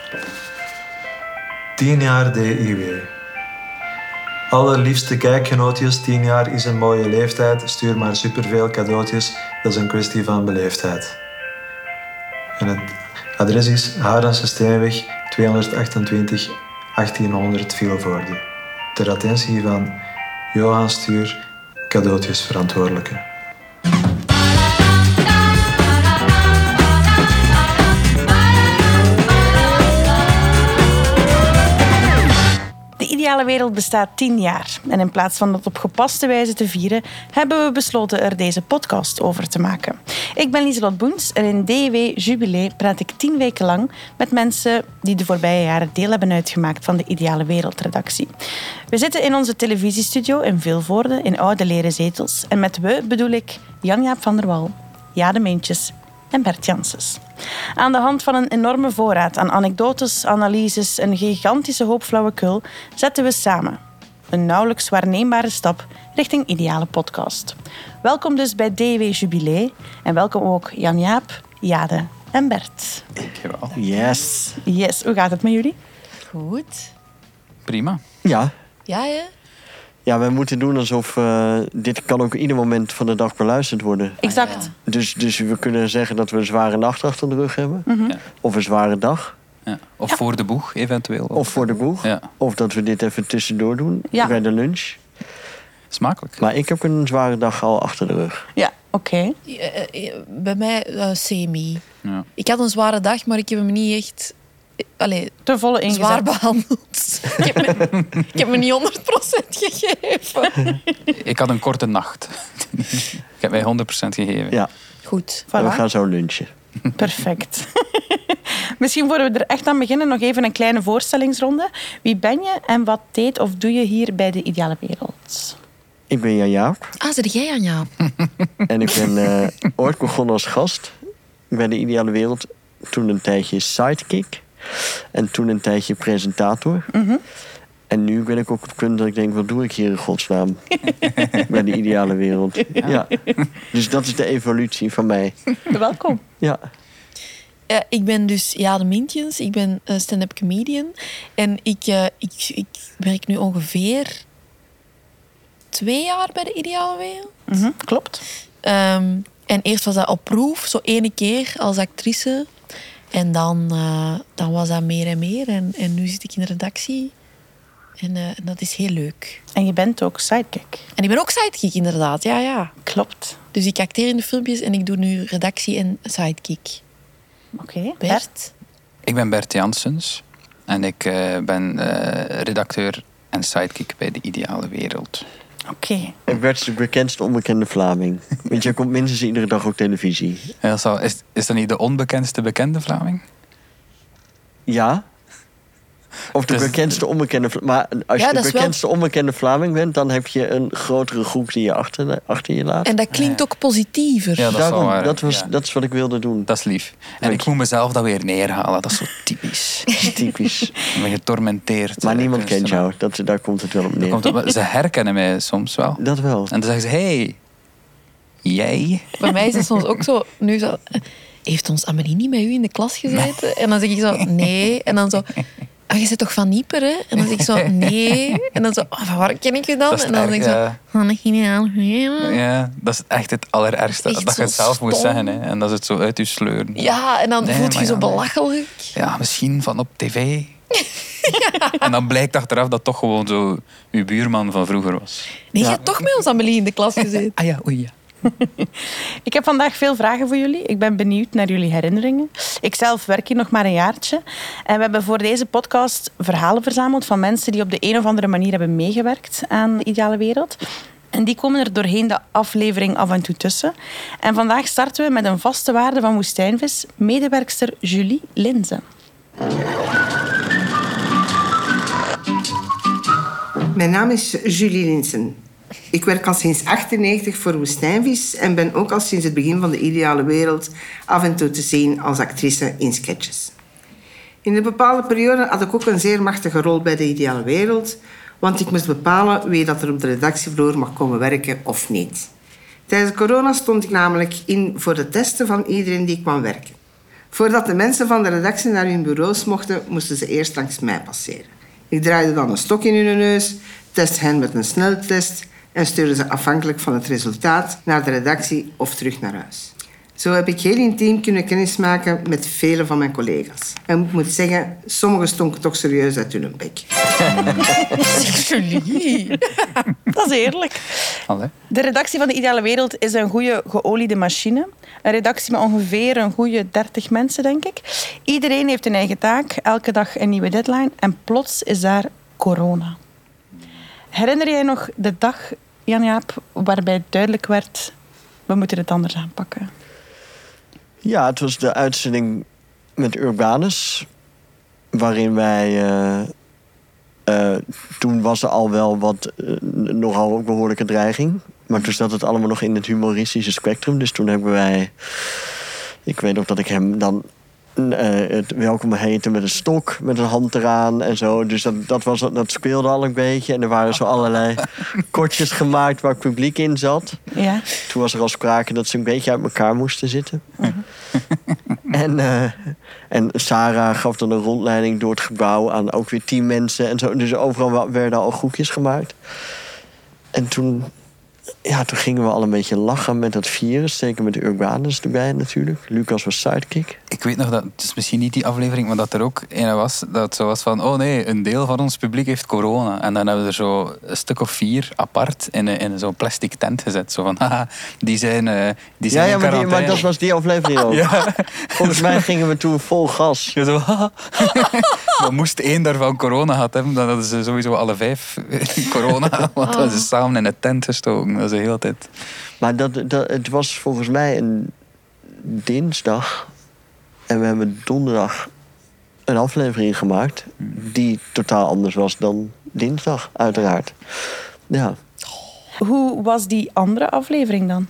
10 jaar DIW. Allerliefste kijkgenootjes, 10 jaar is een mooie leeftijd. Stuur maar superveel cadeautjes, dat is een kwestie van beleefdheid. En het adres is Harense Steenweg 228 1800 Vilvoorde. Ter attentie van Johan Stuur, cadeautjesverantwoordelijke. De ideale wereld bestaat 10 jaar. En in plaats van dat op gepaste wijze te vieren, hebben we besloten er deze podcast over te maken. Ik ben Lieselot Boens en in DIW Jubilee praat ik 10 weken lang met mensen die de voorbije jaren deel hebben uitgemaakt van de Ideale Wereldredactie. We zitten in onze televisiestudio in Vilvoorde in oude leren zetels. En met we bedoel ik Jan-Jaap van der Wal, Jade Meentjes en Bert Janssens. Aan de hand van een enorme voorraad aan anekdotes, analyses en een gigantische hoop flauwekul zetten we samen een nauwelijks waarneembare stap richting ideale podcast. Welkom dus bij DW Jubilee en welkom ook Jan-Jaap, Jade en Bert. Dankjewel. Yes, hoe gaat het met jullie? Goed. Prima. Ja. Ja, hè? Ja, wij moeten doen alsof dit kan ook ieder moment van de dag beluisterd worden. Exact. Dus we kunnen zeggen dat we een zware nacht achter de rug hebben. Mm-hmm. Ja. Of een zware dag. Ja. Of voor de boeg, eventueel. Of voor de boeg. Ja. Of dat we dit even tussendoor doen Ja. bij de lunch. Smakelijk. Maar ik heb een zware dag al achter de rug. Ja, oké. Bij mij semi. Ja. Ik had een zware dag, maar ik heb hem niet echt Te volle ingezet. zwaar behandeld. ik heb me niet 100% gegeven. Ik had een korte nacht. Ik heb mij 100% gegeven. Ja, Goed. en we Voilà. gaan zo lunchen. Perfect. Misschien voor we er echt aan beginnen, nog even een kleine voorstellingsronde. Wie ben je en wat deed of doe je hier bij de Ideale Wereld? Ik ben Jan-Jaap. Zeg jij, Anja? En ik ben ooit begonnen als gast bij de Ideale Wereld. Toen een tijdje sidekick. En toen een tijdje presentator. Mhm. En nu ben ik ook op het punt dat ik denk, wat doe ik hier in godsnaam? Bij de Ideale Wereld. Ja. Dus dat is de evolutie van mij. Welkom. Ja. Ik ben dus Jade Mintjens. Ik ben stand-up comedian. En ik werk nu ongeveer 2 jaar bij de Ideale Wereld. Mhm, klopt. En eerst was dat op proef, zo 1 keer als actrice. En dan was dat meer en meer. En nu zit ik in de redactie. En dat is heel leuk. En je bent ook sidekick. En ik ben ook sidekick, inderdaad. Ja. Klopt. Dus ik acteer in de filmpjes en ik doe nu redactie en sidekick. Oké. Bert? Ik ben Bert Janssens. En ik ben redacteur en sidekick bij de Ideale Wereld. Oké. En Bert is de bekendste onbekende Vlaming. Want jij komt minstens iedere dag op televisie. En is dat niet de onbekendste bekende Vlaming? Ja. Of de Dus- bekendste onbekende Vlaming. Maar als Ja, je dat de is wel- bekendste onbekende Vlaming bent, dan heb je een grotere groep die je achter je laat. En dat klinkt ook positiefiever. Ja, dat is Daarom, wel waar. dat is wat ik wilde doen. Dat is lief. En Dank ik je. moet mezelf dat weer neerhalen. Dat is zo typisch. Dat is typisch. Ik ben getormenteerd. Maar niemand kent kunstenaar. jou. Daar komt het wel op neer. Ze herkennen mij soms wel. Dat wel. En dan zeggen ze, hey, jij? Bij mij is het soms ook zo... Nu zo... Heeft ons Amelie niet met u in de klas gezeten? En dan zeg ik zo, nee. En dan zo... je zit toch van Nieper, hè? En dan zeg ik zo, nee. En dan zo, van waar ken ik u dan? Dat is En dan erg, denk ik zo, ja. van een geniaal. Ja, dat is echt het allerergste. Echt Dat je het zo zelf moet stom. zeggen. Hè. En dat is het zo uit je sleuren. Ja, en dan Nee, voelt je maar zo ja, nee. belachelijk. Ja, misschien van op tv. En dan blijkt achteraf dat toch gewoon zo uw buurman van vroeger was. Nee, je hebt toch met ons Amelie in de klas gezeten. Ah ja, oei ja. Ik heb vandaag veel vragen voor jullie. Ik ben benieuwd naar jullie herinneringen. Ik zelf werk hier nog maar een jaartje. En we hebben voor deze podcast verhalen verzameld van mensen die op de een of andere manier hebben meegewerkt aan de Ideale Wereld. En die komen er doorheen de aflevering af en toe tussen. En vandaag starten we met een vaste waarde van Woestijnvis, medewerkster Julie Linzen. Mijn naam is Julie Linsen. Ik werk al sinds 1998 voor Woestijnvis en ben ook al sinds het begin van de Ideale Wereld af en toe te zien als actrice in sketches. In een bepaalde periode had ik ook een zeer machtige rol bij de Ideale Wereld, want ik moest bepalen wie dat er op de redactievloer mag komen werken of niet. Tijdens corona stond ik namelijk in voor de testen van iedereen die kwam werken. Voordat de mensen van de redactie naar hun bureaus mochten, moesten ze eerst langs mij passeren. Ik draaide dan een stok in hun neus, testte hen met een sneltest en stuurde ze afhankelijk van het resultaat naar de redactie of terug naar huis. Zo heb ik heel intiem kunnen kennismaken met vele van mijn collega's. En ik moet zeggen, sommigen stonken toch serieus uit hun bek. Julie. Dat is eerlijk. Allee. De redactie van De Ideale Wereld is een goede geoliede machine. Een redactie met ongeveer een goede 30 mensen, denk ik. Iedereen heeft een eigen taak, elke dag een nieuwe deadline. En plots is daar corona. Herinner jij nog de dag, Jan-Jaap, waarbij duidelijk werd... we moeten het anders aanpakken? Ja, het was de uitzending met Urbanus. Waarin wij... toen was er al wel wat... nogal ook behoorlijke dreiging. Maar toen zat het allemaal nog in het humoristische spectrum. Dus toen hebben wij... Ik weet nog dat ik hem dan... het welkom heette met een stok, met een hand eraan en zo. Dus dat speelde al een beetje. En er waren zo allerlei kortjes gemaakt waar het publiek in zat. Ja. Toen was er al sprake dat ze een beetje uit elkaar moesten zitten. En Sarah gaf dan een rondleiding door het gebouw aan ook weer 10 mensen. En zo. Dus overal werden al groepjes gemaakt. En toen gingen we al een beetje lachen met dat virus. Zeker met de Urbanus erbij natuurlijk. Lucas was sidekick. Ik weet nog dat, het is misschien niet die aflevering, maar dat er ook een was dat zo was van, oh nee, een deel van ons publiek heeft corona. En dan hebben we er zo een stuk of 4 apart in zo'n plastic tent gezet. Zo van, haha, die zijn in quarantaine. Maar dat was die aflevering ook. Ja. Volgens mij gingen we toen vol gas. Ja, zo, haha. Maar moest 1 daarvan corona gehad hebben, dan hadden ze sowieso alle 5 corona. Want we zijn samen in een tent gestoken. Dat is de hele tijd. Maar het was volgens mij een dinsdag. En we hebben donderdag een aflevering gemaakt. Die totaal anders was dan dinsdag, uiteraard. Ja. Hoe was die andere aflevering dan?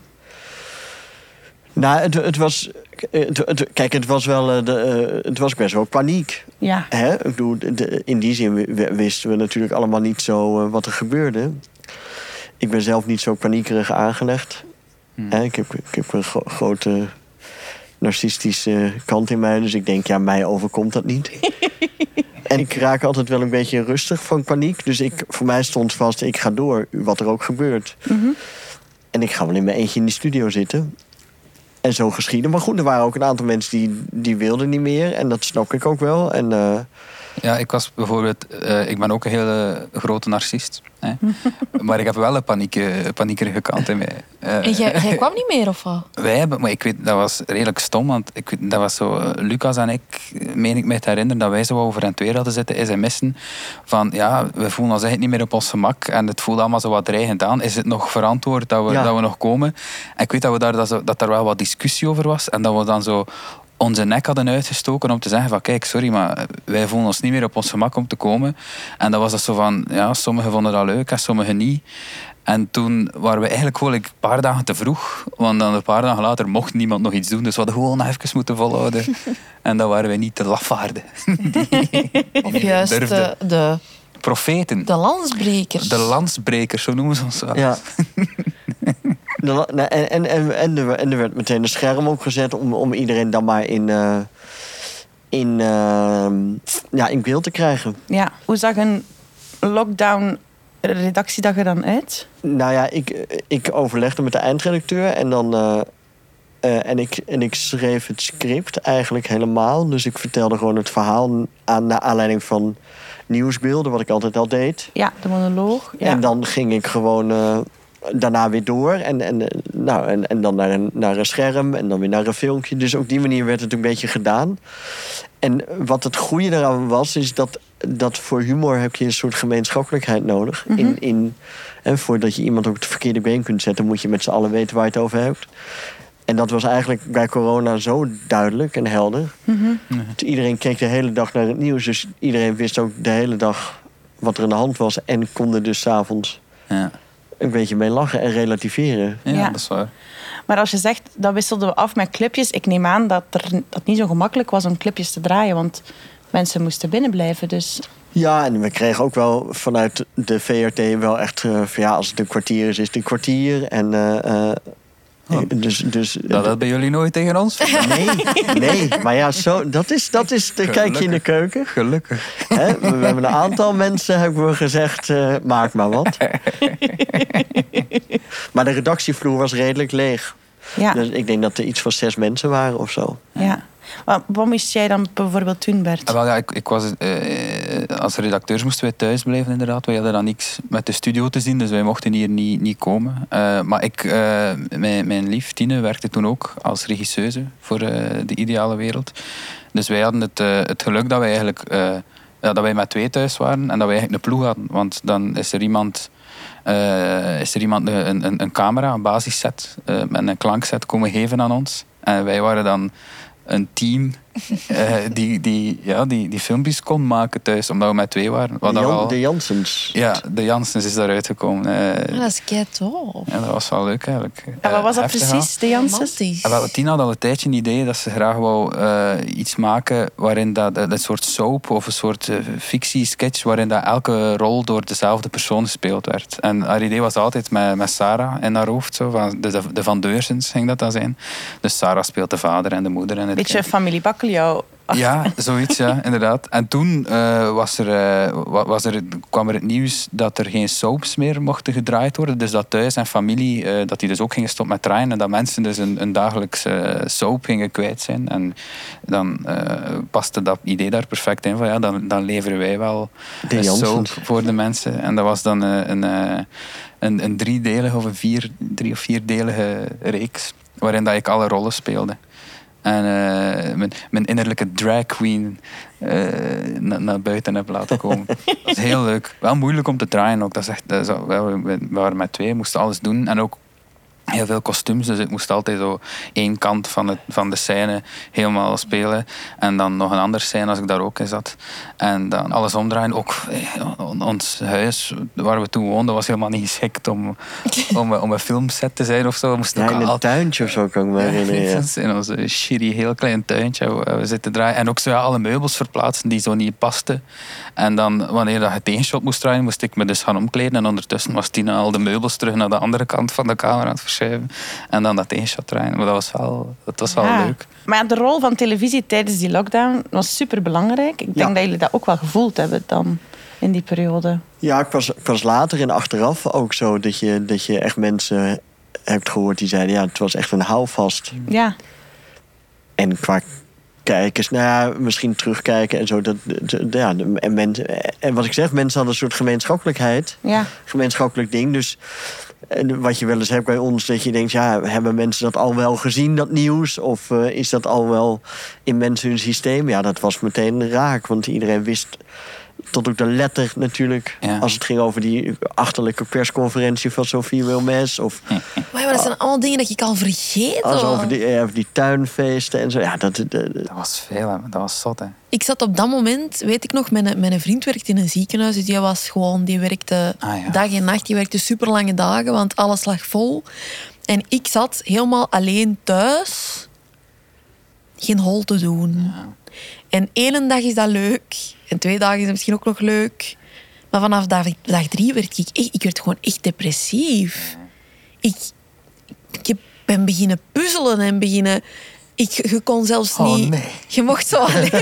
Nou, het was... Kijk, het was wel... het was best wel paniek. Ja. Hè? Ik bedoel, in die zin wisten we natuurlijk allemaal niet zo wat er gebeurde. Ik ben zelf niet zo paniekerig aangelegd. Ik heb een grote narcistische kant in mij. Dus ik denk, ja, mij overkomt dat niet. En ik raak altijd wel een beetje rustig van paniek. Dus voor mij stond vast, ik ga door, wat er ook gebeurt. Mm-hmm. En ik ga wel in mijn eentje in die studio zitten. En zo geschieden. Maar goed, er waren ook een aantal mensen die wilden niet meer. En dat snap ik ook wel. En... Ja, ik was bijvoorbeeld... ik ben ook een hele grote narcist. Hè. Maar ik heb wel een paniekerige kant in mij. En jij kwam niet meer, of wat? Wij hebben... Maar ik weet, dat was redelijk stom. Want dat was zo... Lucas en ik, meen ik mij te herinneren, dat wij zo over en weer hadden zitten sms'en. Van, ja, we voelen ons eigenlijk niet meer op ons gemak. En het voelt allemaal zo wat dreigend aan. Is het nog verantwoord dat we nog komen? En ik weet dat daar wel wat discussie over was. En dat we dan zo... onze nek hadden uitgestoken om te zeggen van kijk, sorry, maar wij voelen ons niet meer op ons gemak om te komen. En dat was dat zo van, ja, sommigen vonden dat leuk en sommigen niet. En toen waren we eigenlijk gewoon een paar dagen te vroeg. Want dan een paar dagen later mocht niemand nog iets doen. Dus we hadden gewoon even moeten volhouden. En dan waren wij niet de lafaarden. Of juist de profeten. De landsbrekers. De landsbrekers, zo noemen ze ons wel. Ja. En er werd meteen een scherm opgezet om iedereen dan maar in beeld te krijgen. Ja, hoe zag een lockdown-redactiedag er dan uit? Nou ja, ik overlegde met de eindredacteur en dan... En ik schreef het script eigenlijk helemaal. Dus ik vertelde gewoon het verhaal naar aanleiding van nieuwsbeelden, wat ik altijd al deed. Ja, de monoloog. Ja. En dan ging ik gewoon daarna weer door. En dan naar een scherm en dan weer naar een filmpje. Dus op die manier werd het een beetje gedaan. En wat het goede daaraan was, is dat voor humor heb je een soort gemeenschappelijkheid nodig. Mm-hmm. En voordat je iemand op het verkeerde been kunt zetten, moet je met z'n allen weten waar je het over hebt. En dat was eigenlijk bij corona zo duidelijk en helder. Mm-hmm. Iedereen keek de hele dag naar het nieuws. Dus iedereen wist ook de hele dag wat er aan de hand was. En kon er dus 's avonds een beetje mee lachen en relativeren. Ja, dat is waar. Maar als je zegt, dat wisselden we af met clipjes. Ik neem aan dat het niet zo gemakkelijk was om clipjes te draaien. Want mensen moesten binnen blijven. Dus... Ja, en we kregen ook wel vanuit de VRT wel echt... als het een kwartier is het een kwartier. En... Dus, Dat had bij jullie nooit tegen ons? nee. Maar ja, dat is de kijkje in de keuken. Gelukkig. Hè? We hebben een aantal mensen hebben we gezegd, maak maar wat. Maar de redactievloer was redelijk leeg. Ja. Dus ik denk dat er iets van 6 mensen waren of zo. Ja. Wat moest jij dan bijvoorbeeld doen, Bert? Wel, ja, ik was, als redacteurs moesten wij thuis blijven, inderdaad. Wij hadden dan niks met de studio te zien, dus wij mochten hier niet komen. Maar mijn lief Tine werkte toen ook als regisseuse voor De Ideale Wereld. Dus wij hadden het geluk dat wij eigenlijk dat wij met 2 thuis waren en dat wij eigenlijk een ploeg hadden. Want dan is er iemand een camera, een basisset met een klankset komen geven aan ons. En wij waren dan een team die filmpjes kon maken thuis, omdat we met 2 waren. De Janssens. Ja, de Janssens is daaruit gekomen. Dat is kei tof. Ja, dat was wel leuk eigenlijk. En wat was dat Heftig, precies, de Janssens? Romantisch. Tien had al een tijdje een idee dat ze graag wou iets maken waarin dat een soort soap of een soort fictie-sketch waarin dat elke rol door dezelfde persoon gespeeld werd. En haar idee was altijd met Sarah in haar hoofd. Zo, van de Van Deursens ging dat dan zijn. Dus Sarah speelt de vader en de moeder. En het Beetje kind. familie Bakkeljauw. Ja, zoiets, ja, inderdaad. En toen kwam er het nieuws dat er geen soaps meer mochten gedraaid worden. Dus dat thuis en familie, dat die dus ook gingen stoppen met draaien. En dat mensen dus een dagelijkse soap gingen kwijt zijn. En dan paste dat idee daar perfect in. Van, ja, dan leveren wij wel een soap voor de mensen. En dat was dan een 3-delige of een 3 of 4-delige reeks. Waarin dat ik alle rollen speelde. En mijn innerlijke drag queen naar buiten heb laten komen. Dat is heel leuk. Wel moeilijk om te draaien ook. We waren met 2, moesten alles doen. En ook heel veel kostuums. Dus ik moest altijd zo 1 kant van de scène helemaal spelen. En dan nog een andere scène als ik daar ook in zat. En dan alles omdraaien. Ook ons huis waar we toen woonden was helemaal niet geschikt om een filmset te zijn of zo. We moesten in een tuintje of zo kan ik me herinneren. Ja. In ons shitty, heel klein tuintje we zitten draaien. En ook zo alle meubels verplaatsen die zo niet pasten. En dan, wanneer dat het 1 shot moest draaien, moest ik me dus gaan omkleden. En ondertussen was Tina al de meubels terug naar de andere kant van de camera aan het verschuiven. En dan dat 1 shot draaien. Maar dat was wel leuk. Maar ja, de rol van televisie tijdens die lockdown was superbelangrijk. Ik denk dat jullie dat ook wel gevoeld hebben dan in die periode. Ja, ik was later en achteraf ook zo dat je echt mensen hebt gehoord die zeiden, ja, het was echt een houvast. Ja. En qua kijkers, misschien terugkijken en zo. En wat ik zeg, mensen hadden een soort gemeenschappelijkheid. Ja. Gemeenschappelijk ding. Dus wat je wel eens hebt bij ons, dat je denkt, ja, hebben mensen dat al wel gezien, dat nieuws? Of is dat al wel in mensen hun systeem? Ja, dat was meteen raak, want iedereen wist tot ook de letter natuurlijk. Ja. Als het ging over die achterlijke persconferentie van Sophie Wilmès. Of maar dat zijn allemaal dingen dat ik al vergeten. Als over die tuinfeesten en zo. Ja, dat was veel, hè. Dat was zot, hè. Ik zat op dat moment, weet ik nog, mijn vriend werkte in een ziekenhuis. Dus die werkte dag en nacht. Die werkte super lange dagen, want alles lag vol. En ik zat helemaal alleen thuis. Geen hol te doen. Ja. En 1 dag is dat leuk. En 2 dagen is het misschien ook nog leuk. Maar vanaf dag 3 werd ik werd gewoon echt depressief. Ik ben beginnen puzzelen en beginnen... Je kon zelfs niet... Nee. Je mocht zo alleen...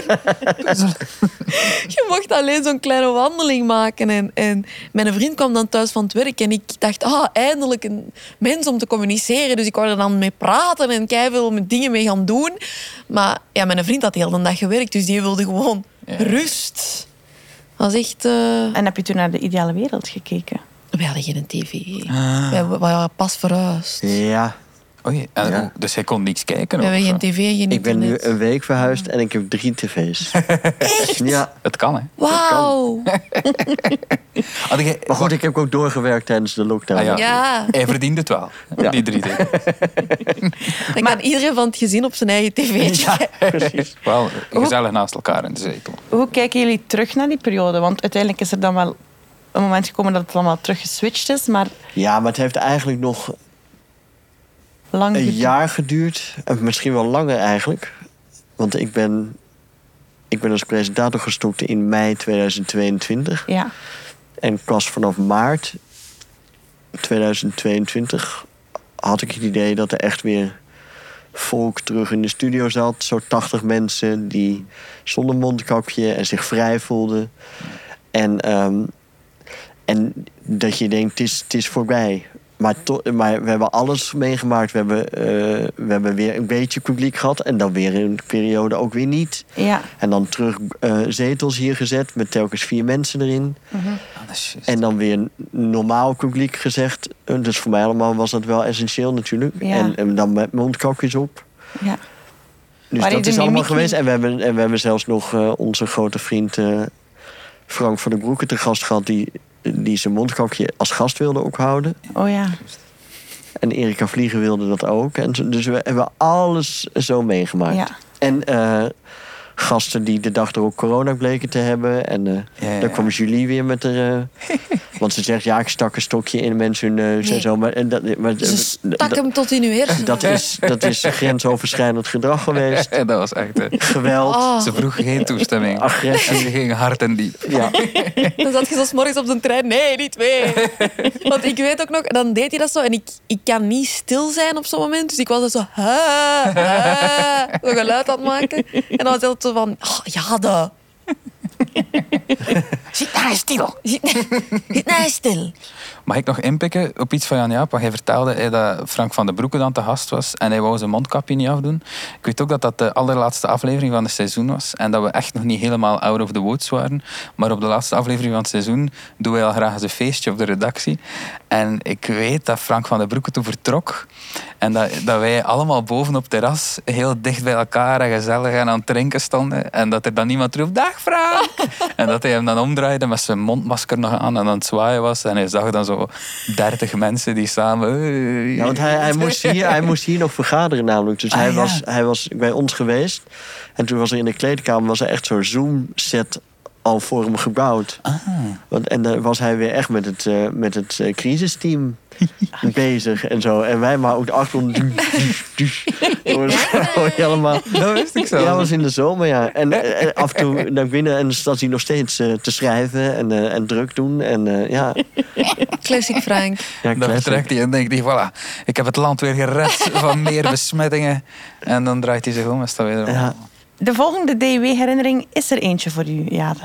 Je mocht alleen zo'n kleine wandeling maken. En mijn vriend kwam dan thuis van het werk. En ik dacht, eindelijk een mens om te communiceren. Dus ik wou er dan mee praten en keiveel met dingen mee gaan doen. Maar ja, mijn vriend had de hele dag gewerkt. Dus die wilde gewoon rust. Dat was echt... En heb je toen naar De Ideale Wereld gekeken? We hadden geen tv. We waren pas verhuisd. Ja. Oei, dus hij kon niks kijken? We hebben geen tv, geen internet. Ik ben nu een week verhuisd en ik heb 3 tv's. Echt? Ja. Het kan, hè? Wauw. Maar goed, ik heb ook doorgewerkt tijdens de lockdown. Ja. Hij verdient het wel, die 3 dingen. Dan kan iedereen van het gezin op zijn eigen tv. Ja, precies. Wel gezellig naast elkaar in de zetel. Hoe kijken jullie terug naar die periode? Want uiteindelijk is er dan wel een moment gekomen dat het allemaal terug geswitcht is. Maar... Ja, maar het heeft eigenlijk nog... een jaar geduurd. Misschien wel langer eigenlijk. Want ik ben als presentator gestopt in mei 2022. Ja. En pas vanaf maart 2022 had ik het idee dat er echt weer volk terug in de studio zat. Zo 80 mensen die zonder mondkapje en zich vrij voelden. En dat je denkt, het is voorbij. Maar we hebben alles meegemaakt. We hebben weer een beetje publiek gehad. En dan weer een periode ook weer niet. Ja. En dan terug zetels hier gezet met telkens 4 mensen erin. En dan weer normaal publiek gezegd. Dus voor mij allemaal was dat wel essentieel natuurlijk. Ja. En dan met mondkapjes op. Ja. Dus Maar dat de is allemaal mimiek geweest. En we hebben zelfs nog onze grote vriend Frank van der Broeke te gast gehad... die zijn mondkapje als gast wilde ophouden. Oh ja. En Erika Vliegen wilde dat ook. En dus we hebben alles zo meegemaakt. Ja. En gasten die de dag erop corona bleken te hebben. En dan kwam Julie weer met haar... want ze zegt, ik stak een stokje in mensen hun neus en zo. Maar Ze stak hem tot in uw hersenen. dat is grensoverschrijdend gedrag geweest. En dat was echt... Geweld. Oh. Ze vroeg geen toestemming. Agressie. En ze ging hard en diep. Ja. Dan zat je zo 's morgens op de trein. Nee, niet 2. Want ik weet ook nog, dan deed hij dat zo. En ik kan niet stil zijn op zo'n moment. Dus ik was zo... Zo'n geluid aan het maken. En dan was het altijd zo van... Jade. Zit nou stil. Zit nou stil. Mag ik nog inpikken op iets van Jan-Jaap? Wat hij vertelde dat Frank van den Broeke dan te gast was en hij wou zijn mondkapje niet afdoen. Ik weet ook dat dat de allerlaatste aflevering van het seizoen was en dat we echt nog niet helemaal out of the woods waren. Maar op de laatste aflevering van het seizoen doen wij al graag eens een feestje op de redactie. En ik weet dat Frank van den Broeke toen vertrok en dat wij allemaal boven op het terras heel dicht bij elkaar en gezellig en aan het drinken stonden. En dat er dan niemand roept, dag Frank! En dat hij hem dan omdraaide met zijn mondmasker nog aan en aan het zwaaien was. En hij zag dan zo 30 mensen die samen... Ja, want hij moest hier nog vergaderen namelijk. Dus hij was bij ons geweest. En toen was er in de kleedkamer was er echt zo'n Zoom-set al voor hem gebouwd. En dan was hij weer echt met het crisisteam bezig en zo. En wij maar ook achter ons. Helemaal. Dat wist ik zo. Ja, dat was in de zomer, ja. En af en toe naar binnen en zat hij nog steeds te schrijven en druk doen. En ja. Classic Frank. Ja, Dan vertrekt hij en denkt hij, voilà, ik heb het land weer gered van meer besmettingen. En dan draait hij zich om en staat weer... Ja. De volgende DW-herinnering is er eentje voor u, Jade.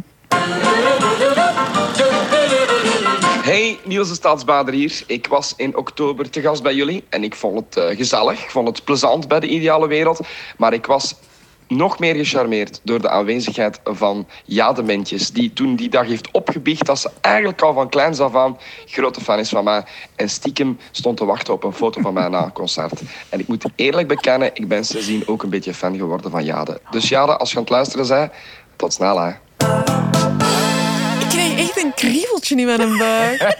Hey, Niels de Stadsbader hier. Ik was in oktober te gast bij jullie en ik vond het gezellig. Ik vond het plezant bij de Ideale Wereld. Maar ik was nog meer gecharmeerd door de aanwezigheid van Jade Mentjes, die toen die dag heeft opgebiecht dat ze eigenlijk al van kleins af aan grote fan is van mij en stiekem stond te wachten op een foto van mij na een concert. En ik moet eerlijk bekennen, ik ben sindsdien ook een beetje fan geworden van Jade. Dus Jade, als je aan het luisteren bent, tot snel hè. Ik kreeg echt een kriebeltje in mijn buik.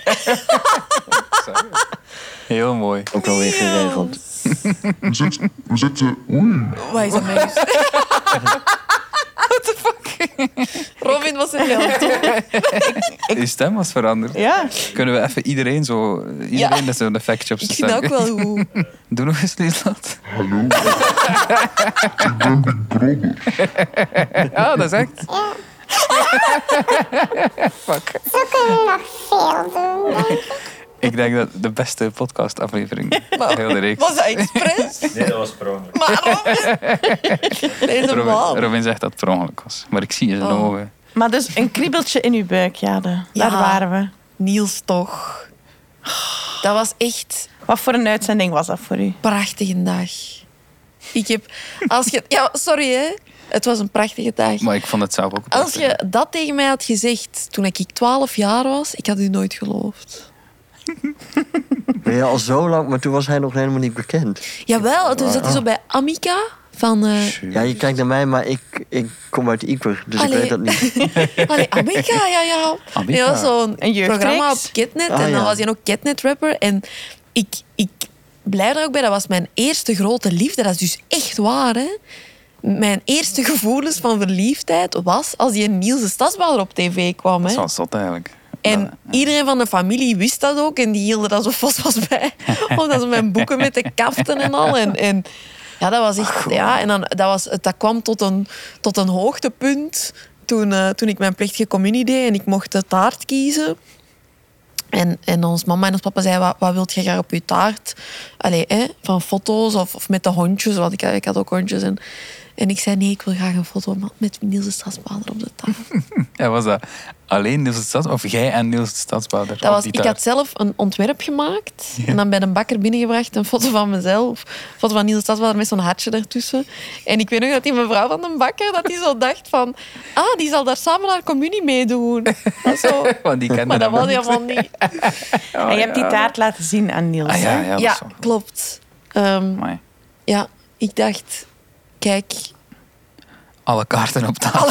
Heel mooi. Ook wel weer geregeld. We zitten... Waar is dat mee? What the fuck? Robin was het heel. Je stem was veranderd. Ja. Kunnen we even iedereen dat zo'n effectje op Ik zijn vind dat ook stem? wel goed. Doe nog eens, Liesland. Hallo. Ik ben Big Brother. Ja, dat is echt. Fuck. Zo kunnen we nog veel doen. Ik denk dat de beste podcastaflevering heel de reeks. Was dat expres? Nee, dat was per ongeluk. Maar Robin... Deze man. Robin zegt dat het per ongeluk was. Maar ik zie in zijn ogen. Maar dus een kriebeltje in uw buik, Jade. Daar Ja. waren we. Niels toch. Dat was echt Wat voor een uitzending was dat voor u? een prachtige dag. Ik heb... Ja, sorry hè. Het was een prachtige dag. Maar ik vond het zelf ook Als je dat tegen mij had gezegd toen ik 12 jaar was, ik had u nooit geloofd. Ben je al zo lang, maar toen was hij nog helemaal niet bekend. Jawel, toen zat hij zo bij Amica van... Ja, je kijkt naar mij, maar ik kom uit Ieper, dus Allee. ik weet dat niet. Allee, Amica, ja. Amica. Ja, zo'n Een jeugdreeks. programma op Catnet. Ah, en dan ja. was hij ook Catnet-rapper. En ik blijf er ook bij, dat was mijn eerste grote liefde. Dat is dus echt waar, hè. Mijn eerste gevoelens van verliefdheid was als die Niels de Stadsbader op tv kwam. Dat is Hè. wel zot eigenlijk. En iedereen van de familie wist dat ook. En die hielden dat zo vast bij. Omdat ze mijn boeken met de kaften en al. En ja, dat was echt... Ja, en dan, dat kwam tot een hoogtepunt toen ik mijn plechtige communie deed. En ik mocht de taart kiezen. En ons mama en ons papa zeiden, wat wilt je graag op je taart? Allee, van foto's of met de hondjes, want ik had ook hondjes. En ik zei, nee, ik wil graag een foto met Niels de Stadsbader op de taart. Ja, was dat alleen Niels de Stadsbader? Of jij en Niels de Stadsbader? Ik had zelf een ontwerp gemaakt. Ja. En dan bij de bakker binnengebracht. Een foto van mezelf. Een foto van Niels de Stadsbader met zo'n hartje ertussen. En ik weet nog dat die mevrouw van de bakker dat die zo dacht van... die zal daar samen haar communie mee doen. Zo. Maar dat was helemaal niet. En je hebt die taart laten zien aan Niels. Ja, klopt. Ja, ik dacht... Kijk... Alle kaarten op tafel.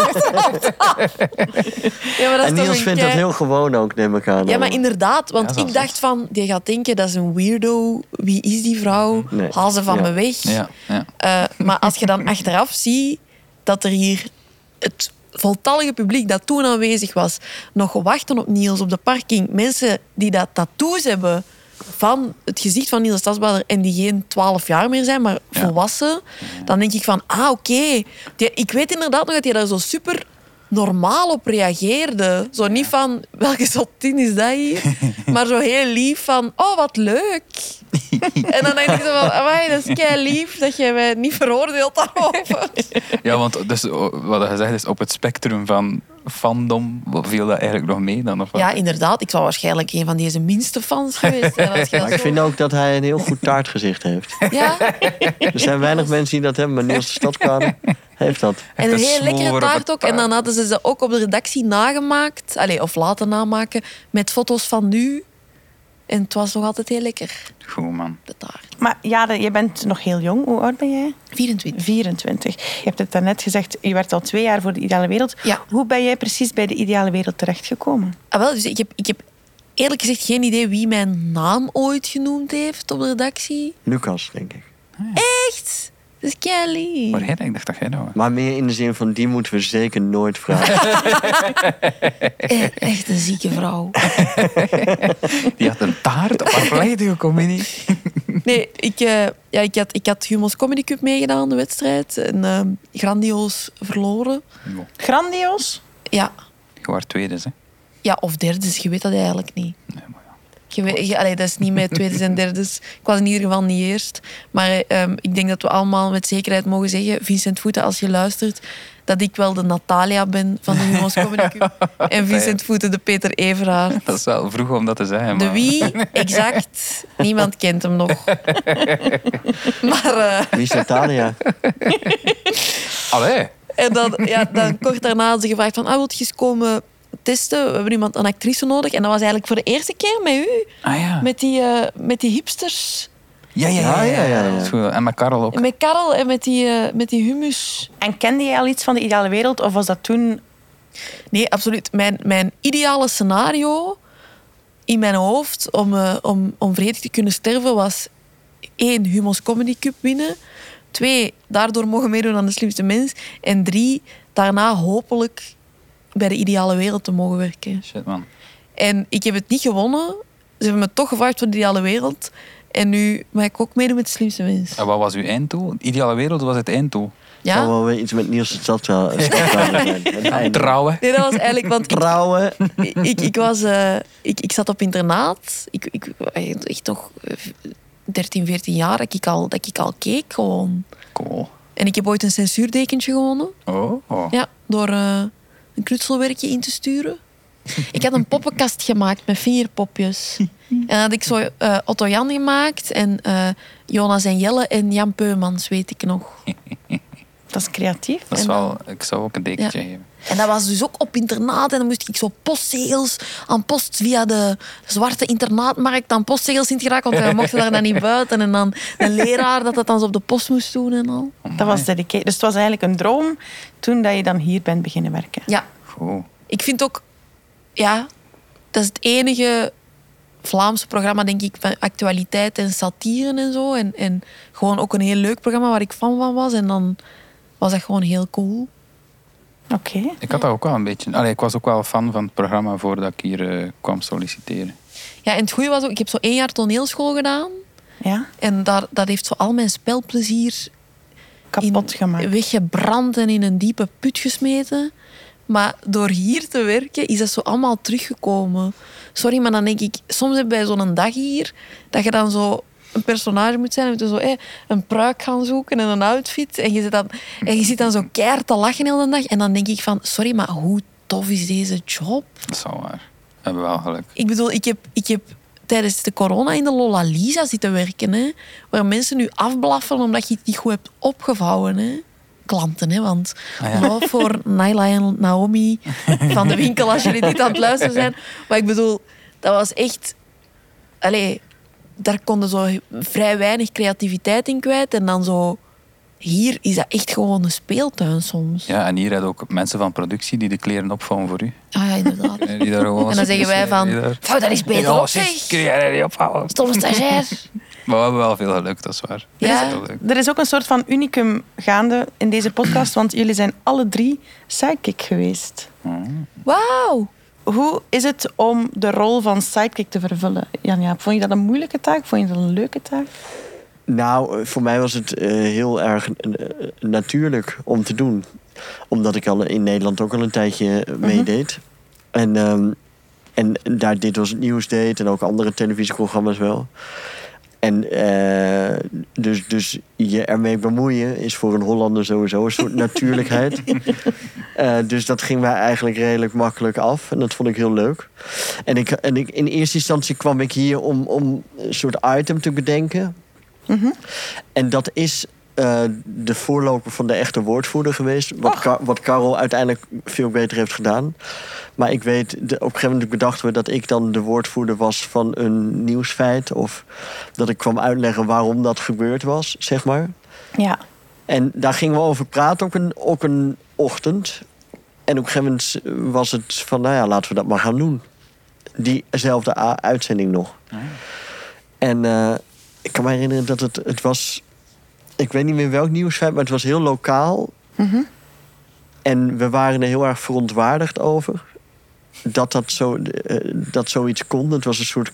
Ja, maar dat en Niels vindt dat heel gewoon ook, neem ik aan. Ja, maar inderdaad. Want ik dacht van... Die gaat denken, dat is een weirdo. Wie is die vrouw? Nee. Haal ze van me weg. Ja. Maar als je dan achteraf ziet... dat er hier het voltallige publiek dat toen aanwezig was... nog wachten op Niels op de parking. Mensen die dat tattoos hebben... van het gezicht van Niels de Stadsbader en die geen 12 jaar meer zijn, maar volwassen, dan denk ik van, oké. Ik weet inderdaad nog dat hij daar zo super normaal op reageerde. Zo niet van, welke zottin is dat hier? Maar zo heel lief van, oh, wat leuk. En dan denk ik zo van, amai, dat is kei lief dat jij mij niet veroordeelt daarover. Ja, want dus, wat je zegt is, op het spectrum van fandom viel dat eigenlijk nog mee dan? Of wat? Ja, inderdaad. Ik zou waarschijnlijk een van deze minste fans geweest zijn. Maar ik vind ook dat hij een heel goed taartgezicht heeft. Ja? Er zijn weinig mensen die dat hebben, maar Niels de Stadsbader heeft dat. En een heel lekkere taart ook. En dan hadden ze ook op de redactie nagemaakt. Of laten namaken. Met foto's van nu. En het was nog altijd heel lekker. Goed, man. De taart. Maar Jade, je bent nog heel jong. Hoe oud ben jij? 24. Je hebt het daarnet gezegd, je werd al 2 jaar voor de Ideale Wereld. Ja. Hoe ben jij precies bij de Ideale Wereld terechtgekomen? Dus ik heb eerlijk gezegd geen idee wie mijn naam ooit genoemd heeft op de redactie. Lucas, denk ik. Echt? Dat is Kelly. Maar ik dacht dat jij nou... Maar meer in de zin van, die moeten we zeker nooit vragen. Echt een zieke vrouw. Die had een taart op haar volledige comedie. Nee, ik had Humo's Comedy Cup meegedaan, de wedstrijd. En grandioos verloren. Jo. Grandioos? Ja. Je was tweede, hè? Ja, of derde, dus je weet dat eigenlijk niet. Nee, maar dat is niet met tweede en derde. Ik was in ieder geval niet eerst. Maar ik denk dat we allemaal met zekerheid mogen zeggen... Vincent Voeten, als je luistert... dat ik wel de Natalia ben van de Humo's Comedy Cup. En Vincent Voeten de Peter Everaert. Dat is wel vroeg om dat te zeggen. Maar... De wie, exact. Niemand kent hem nog. Maar... Wie is Natalia? Allee. En dan kort daarna hadden ze gevraagd van... wilt je eens komen... testen. We hebben een actrice nodig. En dat was eigenlijk voor de eerste keer met u. Ah, ja. Met die hipsters. Ja. En met Karel ook. En met Karel en met die hummus. En kende jij al iets van de Ideale Wereld? Of was dat toen... Nee, absoluut. Mijn ideale scenario in mijn hoofd om vredig te kunnen sterven was 1. Humo's Comedy Cup winnen. 2. Daardoor mogen meedoen aan De Slimste Mens. En 3. Daarna hopelijk bij de Ideale Wereld te mogen werken. Shit, man. En ik heb het niet gewonnen. Ze hebben me toch gevraagd voor de Ideale Wereld. En nu mag ik ook meedoen met De Slimste Mens. En wat was uw einddoel? De Ideale Wereld was het einddoel. Ja? Zou wel weer iets met Niels de Stadsbader zijn. Trouwen. Nee, dat was eigenlijk... Want Trouwen. ik zat op internaat. Ik echt nog 13, 14 jaar dat ik al keek gewoon. Cool. En ik heb ooit een censuurdekentje gewonnen. Oh. Ja, door een knutselwerkje in te sturen. Ik had een poppenkast gemaakt met 4 popjes. En dan had ik zo Otto Jan gemaakt. En Jonas en Jelle en Jan Peumans, weet ik nog. Dat is creatief. Dat is wel... Ik zou ook een dekentje geven. En dat was dus ook op internaat. En dan moest ik zo postzegels aan post via de zwarte internaatmarkt aan postzegels in geraken. Want we mochten daar dan niet buiten. En dan de leraar dat dan zo op de post moest doen en al. Dat was dedicated. Dus het was eigenlijk een droom toen dat je dan hier bent beginnen werken. Ja. Goed. Ik vind ook... Ja, dat is het enige Vlaamse programma, denk ik, van actualiteit en satire en zo. En gewoon ook een heel leuk programma waar ik fan van was. En dan was dat gewoon heel cool. Oké. Ik had dat ook wel een beetje... ik was ook wel fan van het programma voordat ik hier kwam solliciteren. Ja, en het goede was ook, ik heb zo 1 jaar toneelschool gedaan. Ja? En dat heeft zo al mijn spelplezier Kapot gemaakt. weggebrand en in een diepe put gesmeten. Maar door hier te werken is dat zo allemaal teruggekomen. Sorry, maar dan denk ik... Soms heb je zo'n dag hier... dat je dan zo een personage moet zijn. En je zo een pruik gaan zoeken en een outfit. En je zit dan zo keihard te lachen heel de dag. En dan denk ik van... Sorry, maar hoe tof is deze job? Dat is wel waar. We hebben wel geluk. Ik bedoel, ik heb tijdens de corona in de Lola Lisa zitten werken. Hè, waar mensen nu afblaffen omdat je het niet goed hebt opgevouwen. Hè. Klanten, hè, want love voor Naila en Naomi van de winkel als jullie dit aan het luisteren zijn. Maar ik bedoel, dat was echt... daar konden zo vrij weinig creativiteit in kwijt. En dan zo... Hier is dat echt gewoon een speeltuin soms. Ja, en hier hebben ook mensen van productie die de kleren opvouwen voor u. Ah ja, inderdaad. Die daar gewoon En dan zeggen wij van... Vouw dat is beter op, zeg. Kun jij dat niet opvouwen? Stomme stagiair. Maar we hebben wel veel geluk, dat is waar. Ja. Dat is heel leuk. Er is ook een soort van unicum gaande in deze podcast, want jullie zijn alle 3 sidekick geweest. Wauw. Hoe is het om de rol van sidekick te vervullen? Jan-Jaap, vond je dat een moeilijke taak? Vond je dat een leuke taak? Nou, voor mij was het heel erg natuurlijk om te doen. Omdat ik al in Nederland ook al een tijdje meedeed. En daar dit was het nieuws deed en ook andere televisieprogramma's wel. En dus je ermee bemoeien is voor een Hollander sowieso een soort natuurlijkheid. Dus dat ging mij eigenlijk redelijk makkelijk af. En dat vond ik heel leuk. En ik in eerste instantie kwam ik hier om een soort item te bedenken. En dat is de voorloper van de echte woordvoerder geweest. Wat Karel uiteindelijk veel beter heeft gedaan. Maar ik weet, op een gegeven moment bedachten we dat ik dan de woordvoerder was van een nieuwsfeit. Of dat ik kwam uitleggen waarom dat gebeurd was, zeg maar. Ja. En daar gingen we over praten ook een ochtend. En op een gegeven moment was het van, nou ja, laten we dat maar gaan doen. Diezelfde uitzending nog. En ik kan me herinneren dat het was... Ik weet niet meer welk nieuwsfeit, maar het was heel lokaal. En we waren er heel erg verontwaardigd over. Dat zoiets kon. Het was een soort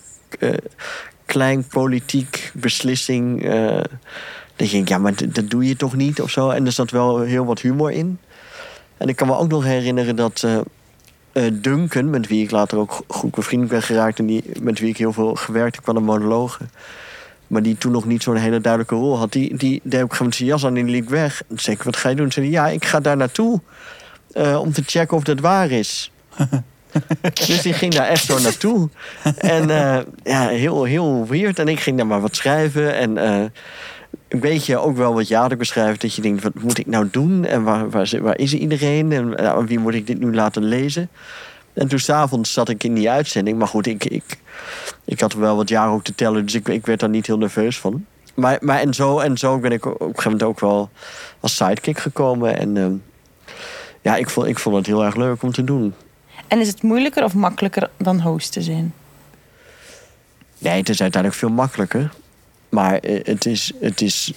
klein politiek beslissing. Dan denk ik, ja, maar dat doe je toch niet of zo. En er zat wel heel wat humor in. En ik kan me ook nog herinneren dat Duncan, met wie ik later ook goed bevriend ben geraakt... en met wie ik heel veel gewerkt heb aan de monologen... maar die toen nog niet zo'n hele duidelijke rol had... die deed op een gegeven moment zijn jas aan en die liep weg. En toen zei ik, wat ga je doen? Zei hij, ja, ik ga daar naartoe om te checken of dat waar is. Dus die ging daar echt zo naartoe. En ja, heel, heel weird. En ik ging daar maar wat schrijven. En een beetje ook wel wat Jade beschrijft. Dat je denkt, wat moet ik nou doen? En waar is iedereen? En aan wie moet ik dit nu laten lezen? En toen 's avonds zat ik in die uitzending. Maar goed, ik had wel wat jaren ook te tellen. Dus ik werd daar niet heel nerveus van. Maar en zo ben ik op een gegeven moment ook wel als sidekick gekomen. En ja, ik vond het heel erg leuk om te doen. En is het moeilijker of makkelijker dan host te zijn? Nee, het is uiteindelijk veel makkelijker. Maar het is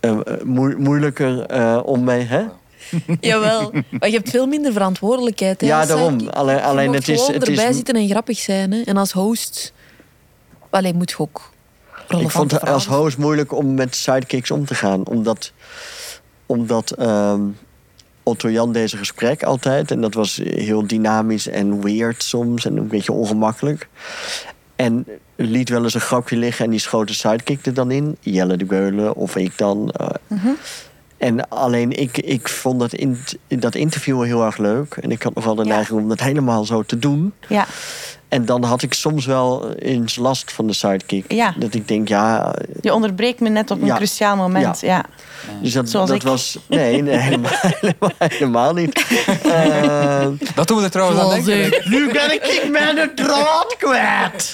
moeilijker om mee... Hè? Jawel, maar je hebt veel minder verantwoordelijkheid. Hè, ja, als daarom. sidekick. Alleen je het moet is... gewoon erbij zitten en grappig zijn. Hè. En als host... moet je ook relevante Ik vond het als vragen. host moeilijk om met sidekicks om te gaan. Omdat Otto Jan deze gesprek altijd. En dat was heel dynamisch en weird soms. En een beetje ongemakkelijk. En liet wel eens een grapje liggen en die schoot de sidekick er dan in. Jelle de Beulen of ik dan. En alleen ik vond dat interview heel erg leuk. En ik had nogal de neiging om dat helemaal zo te doen. Ja. En dan had ik soms wel eens last van de sidekick. Ja. Dat ik denk, ja... Je onderbreekt me net op een cruciaal moment. Ja. Dus Zoals dat ik. was... Nee, helemaal niet. Dat doen we er trouwens aan denken. Nu ben ik mijn draad kwijt.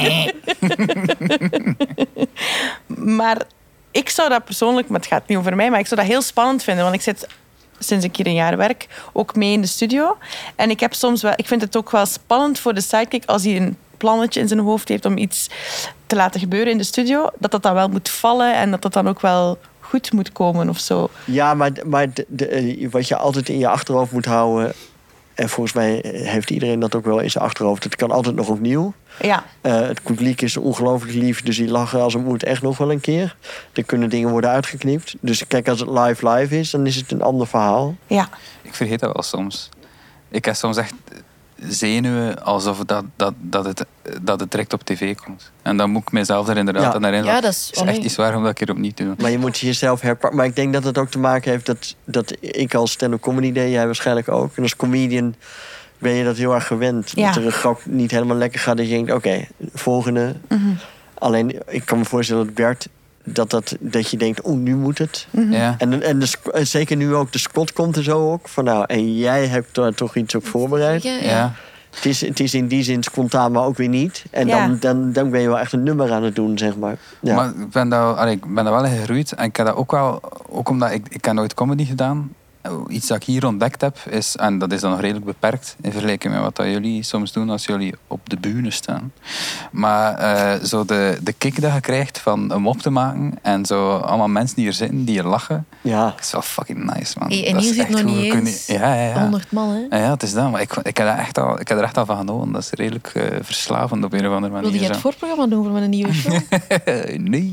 Maar ik zou dat persoonlijk, maar het gaat niet over mij, maar ik zou dat heel spannend vinden. Want ik zit sinds ik hier een jaar werk ook mee in de studio. En ik vind het ook wel spannend voor de sidekick als hij een plannetje in zijn hoofd heeft om iets te laten gebeuren in de studio, dat dan wel moet vallen en dat dan ook wel goed moet komen of zo. Ja, maar wat je altijd in je achterhoofd moet houden... en volgens mij heeft iedereen dat ook wel in zijn achterhoofd... het kan altijd nog opnieuw. Ja. Het publiek is ongelooflijk lief, dus die lachen als het moet echt nog wel een keer. Er kunnen dingen worden uitgeknipt. Dus kijk, als het live is, dan is het een ander verhaal. Ja. Ik vergeet dat wel soms. Ik heb soms echt zenuwen alsof dat het direct op tv komt. En dan moet ik mezelf er inderdaad aan herinneren. Ja, dat is echt iets waarom dat ik erop niet doe. Maar je moet jezelf herpakken. Maar ik denk dat het ook te maken heeft dat ik als stand-up comedy deed, jij waarschijnlijk ook. En als comedian ben je dat heel erg gewend. Ja. Dat er een grap niet helemaal lekker gaat. Dat je denkt, oké, volgende. Alleen, ik kan me voorstellen dat Bert... Dat je denkt, nu moet het. Ja. En zeker nu ook, de spot komt er zo ook. Van nou, en jij hebt daar toch iets op voorbereid. Ja. Het is in die zin spontaan, maar ook weer niet. En dan ben je wel echt een nummer aan het doen, zeg maar. Ja. Maar ik ben daar wel in gegroeid. En ik heb dat ook wel... Ook omdat ik heb nooit comedy gedaan. Iets dat ik hier ontdekt heb, is... En dat is dan nog redelijk beperkt in vergelijking met wat dat jullie soms doen als jullie op de bühne staan. Maar zo de kick dat je krijgt van een mop te maken en zo allemaal mensen die er zitten, die er lachen. Ja. Dat is wel fucking nice, man. En Dat hier is zit echt nog hoe niet we eens kunnen... 100 man, hè? Ja, het is dat. Maar ik heb er echt al van genoten. Dat is redelijk verslavend op een of andere manier. Wilde jij het zo. voorprogramma doen voor mijn nieuwe show? Nee.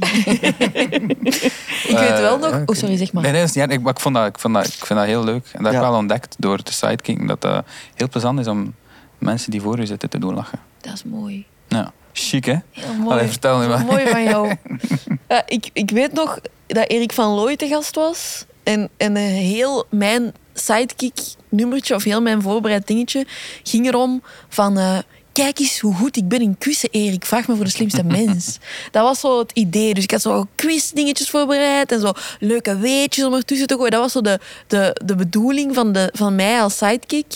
Ik weet wel nog... Oh, sorry, zeg maar. Nee, dat is niet erg. Maar ik vind dat heel leuk. En dat heb ik wel ontdekt door te sidekicken. Dat het heel plezant is om mensen die voor u zitten te doen lachen. Dat is mooi. Ja. Chic, hè? Heel mooi. Allee, vertel nu maar. Mooi van jou. Ik weet nog dat Erik van Looy te gast was. En heel mijn sidekick-nummertje, of heel mijn voorbereid dingetje, ging erom van... kijk eens hoe goed ik ben in quizzen, Erik. Vraag me voor de slimste mens. Dat was zo het idee. Dus ik had zo quizdingetjes voorbereid en zo leuke weetjes om ertussen te gooien. Dat was zo de bedoeling van mij als sidekick.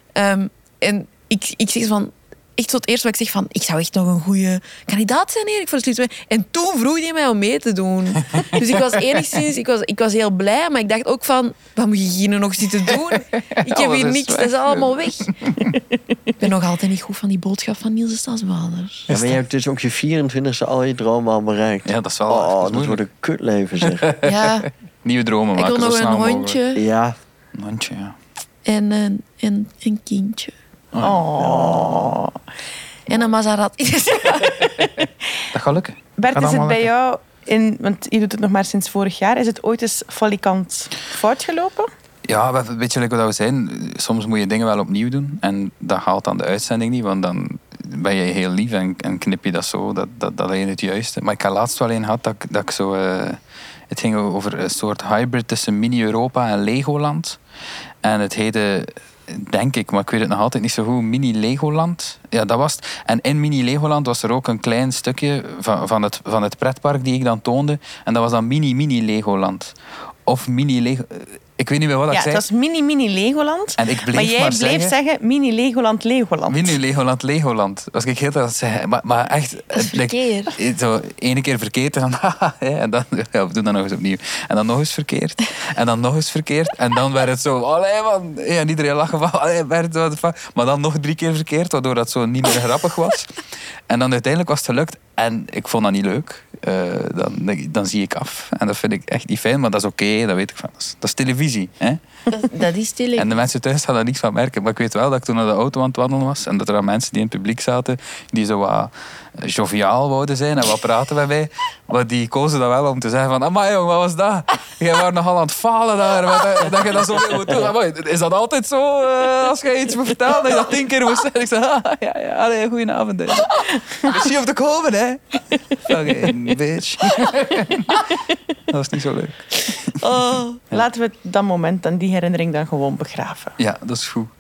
En ik zeg van... Echt zo het eerste wat ik zeg van... Ik zou echt nog een goede kandidaat zijn, Erik, voor de slimste mens. En toen vroeg hij mij om mee te doen. Dus ik was enigszins... Ik was heel blij, maar ik dacht ook van... Wat moet je hier nu nog zitten doen? Ik heb hier niks, dat is allemaal weg. Ik ben nog altijd niet goed van die boodschap van Niels de Stadsbader. Ja, maar je hebt dus ook je 24e al je dromen al bereikt. Ja, dat is wel dat wordt een kutleven, zeg. Ja. Nieuwe dromen Ik maken. wil nog zo een snel hondje. mogelijk. Ja. Een hondje, ja. En een kindje. Oh. En een Maserati. Dat gaat lukken. Bert, Gaat is het allemaal bij lukken. jou... Want je doet het nog maar sinds vorig jaar. Is het ooit eens falikant fout gelopen? Ja, weet je wat we zijn? Soms moet je dingen wel opnieuw doen. En dat haalt dan de uitzending niet. Want dan ben je heel lief en knip je dat zo. Dat is het juiste. Maar ik had laatst wel een gehad dat ik zo... het ging over een soort hybrid tussen Mini-Europa en Legoland. En het heette... Denk ik, maar ik weet het nog altijd niet zo goed. Mini-Legoland. Ja, dat was het. En in Mini-Legoland was er ook een klein stukje van het pretpark die ik dan toonde. En dat was dan Mini-Legoland. Of Mini-Lego... Ik weet niet meer wat ik zei. Ja, het was Mini-Legoland. En ik bleef maar jij maar bleef zeggen Mini-Legoland. Mini-Legoland. Was ik heel dat zeggen. Maar echt... Dat is verkeerd. Zo ene keer verkeerd en dan... en dan ja, we doen dat nog eens opnieuw. En dan nog eens verkeerd. En dan nog eens verkeerd. En dan werd het zo... Allee, man. En iedereen lachen van... Allee, Bert, what the fuck. Maar dan nog 3 keer verkeerd, waardoor dat zo niet meer grappig was. En dan uiteindelijk was het gelukt. En ik vond dat niet leuk. Dan zie ik af. En dat vind ik echt niet fijn, maar dat is oké, dat weet ik van. Dat is televisie. Hè? Dat is televisie. En de mensen thuis gaan daar niks van merken. Maar ik weet wel dat ik toen naar de auto aan het wandelen was en dat er dan mensen die in het publiek zaten, die zo wat joviaal wouden zijn en wat praten bij mij. Maar die kozen dan wel om te zeggen van... Amai jong, wat was dat? Jij was nogal aan het falen daar. Dat je dat zo moet doen. Amai, is dat altijd zo? Als je iets moet vertellen, dat je dat 10 keer moet zeggen. Ik zei, ja, allee, goedenavond. Misschien op te komen, hè. Fucking bitch. Dat was niet zo leuk. Oh, laten we dat moment en die herinnering dan gewoon begraven. Ja, dat is goed.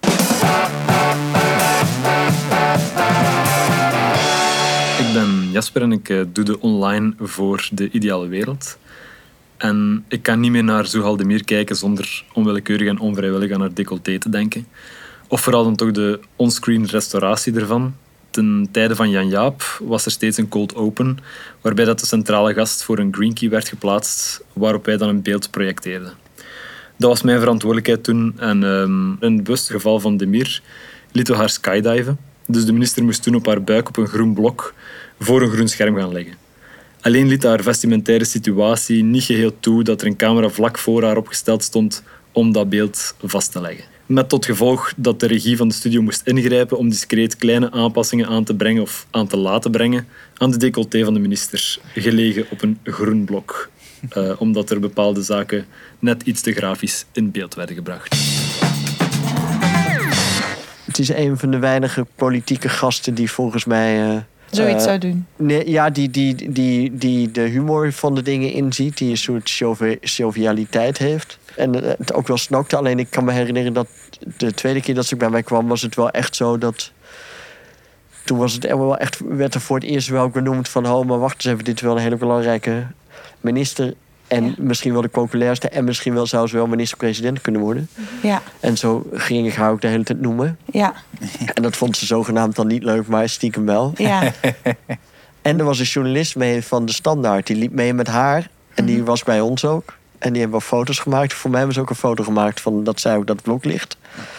Ik ben Jasper en ik doe de online voor De Ideale Wereld. En ik kan niet meer naar Zoehaldemir kijken zonder onwillekeurig en onvrijwillig aan haar decolleté te denken. Of vooral dan toch de onscreen restauratie ervan. Ten tijde van Jan Jaap was er steeds een cold open, waarbij dat de centrale gast voor een green key werd geplaatst, waarop wij dan een beeld projecteerden. Dat was mijn verantwoordelijkheid toen en in het bewuste geval van Demir lieten we haar skydiven. Dus de minister moest toen op haar buik op een groen blok voor een groen scherm gaan liggen. Alleen liet haar vestimentaire situatie niet geheel toe dat er een camera vlak voor haar opgesteld stond om dat beeld vast te leggen. Met tot gevolg dat de regie van de studio moest ingrijpen om discreet kleine aanpassingen aan te brengen of aan te laten brengen aan de decolleté van de minister, gelegen op een groen blok. Omdat er bepaalde zaken net iets te grafisch in beeld werden gebracht. Het is een van de weinige politieke gasten die volgens mij... Zoiets zou doen. Nee, ja, die de humor van de dingen inziet. Die een soort jovialiteit heeft. En het ook wel snokte. Alleen ik kan me herinneren dat de tweede keer dat ze bij mij kwam... was het wel echt zo dat... Toen was het wel echt, werd er voor het eerst wel benoemd van... oh, maar wacht eens even, dit is wel een hele belangrijke minister... En misschien wel de populairste. En misschien wel zelfs wel minister-president kunnen worden. Ja. En zo ging ik haar ook de hele tijd noemen. Ja. En dat vond ze zogenaamd dan niet leuk, maar stiekem wel. Ja. En er was een journalist mee van De Standaard. Die liep mee met haar. En die was bij ons ook. En die hebben foto's gemaakt. Voor mij was ook een foto gemaakt van dat zij ook dat blok ligt.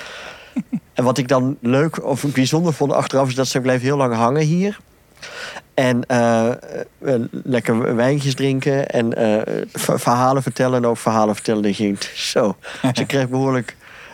En wat ik dan leuk of bijzonder vond achteraf... is dat ze bleef heel lang hangen hier. En lekker wijntjes drinken en verhalen vertellen. En ook verhalen vertellen dat je denkt, zo. Ze kreeg behoorlijk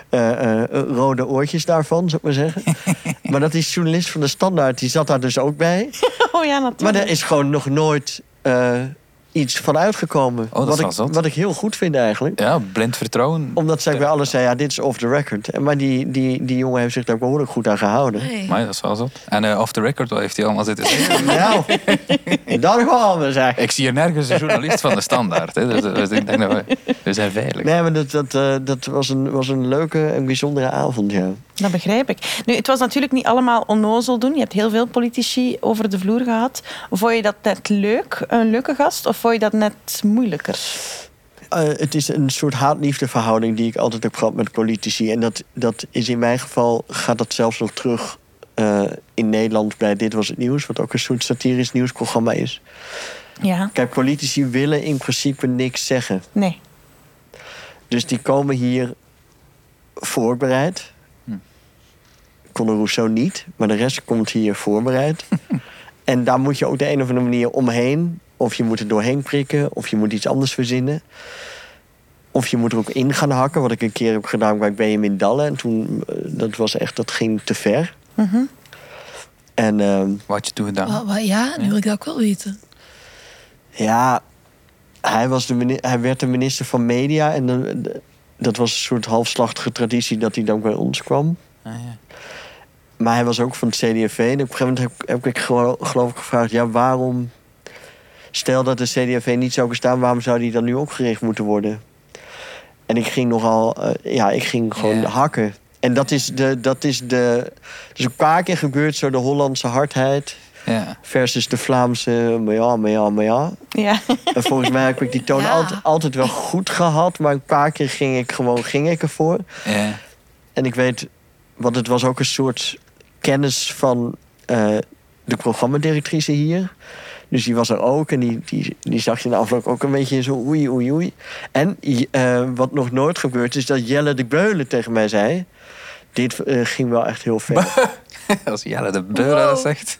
rode oortjes daarvan, zou ik maar zeggen. Maar dat is journalist van De Standaard, die zat daar dus ook bij. Oh ja, natuurlijk. Maar er is gewoon nog nooit iets van uitgekomen. Oh, dat is wat ik heel goed vind eigenlijk. Ja, blind vertrouwen. Omdat zij bij alles zei, ja, dit is off the record. Maar die jongen heeft zich daar behoorlijk goed aan gehouden. Nee. Maar dat is wel zo. En off the record, wat heeft hij allemaal zitten zeggen? Nou, dat wel we zeggen. Ik zie hier nergens een journalist van De Standaard. Hè. Dus ik denk dat we zijn veilig. Nee, maar dat was een leuke en bijzondere avond, ja. Dat begrijp ik. Nu, het was natuurlijk niet allemaal onnozel doen. Je hebt heel veel politici over de vloer gehad. Vond je dat net leuk, een leuke gast? Of vond je dat net moeilijker? Het is een soort haat-liefde verhouding die ik altijd heb gehad met politici. En dat is in mijn geval, gaat dat zelfs nog terug in Nederland bij Dit Was Het Nieuws. Wat ook een soort satirisch nieuwsprogramma is. Ja. Kijk, politici willen in principe niks zeggen. Nee. Dus die komen hier voorbereid. Conor Rousseau niet, maar de rest komt hier voorbereid. En daar moet je ook de een of andere manier omheen. Of je moet er doorheen prikken, of je moet iets anders verzinnen. Of je moet er ook in gaan hakken, wat ik een keer heb gedaan bij Benjamin Dalle. En toen, dat ging te ver. Mm-hmm. En, wat had je toen gedaan? Ja, nu wil ik dat ook wel weten. Ja, hij werd de minister van Media. En dat was een soort halfslachtige traditie dat hij dan bij ons kwam. Ah, ja. Maar hij was ook van het CD&V. En op een gegeven moment heb ik geloof ik gevraagd... ja, waarom... Stel dat de CD&V niet zou bestaan... waarom zou die dan nu opgericht moeten worden? En ik ging gewoon hakken. En dat is dus een paar keer gebeurd zo de Hollandse hardheid... Ja. versus de Vlaamse maar ja. Ja. En volgens mij heb ik die toon altijd wel goed gehad... maar een paar keer ging ik ervoor. Ja. En ik weet... want het was ook een soort kennis van de programmadirectrice hier. Dus die was er ook. En die zag je in de afloop ook een beetje zo oei. En wat nog nooit gebeurd is... dat Jelle de Beulen tegen mij zei... dit ging wel echt heel ver. Als Jelle de Beulen dat zegt.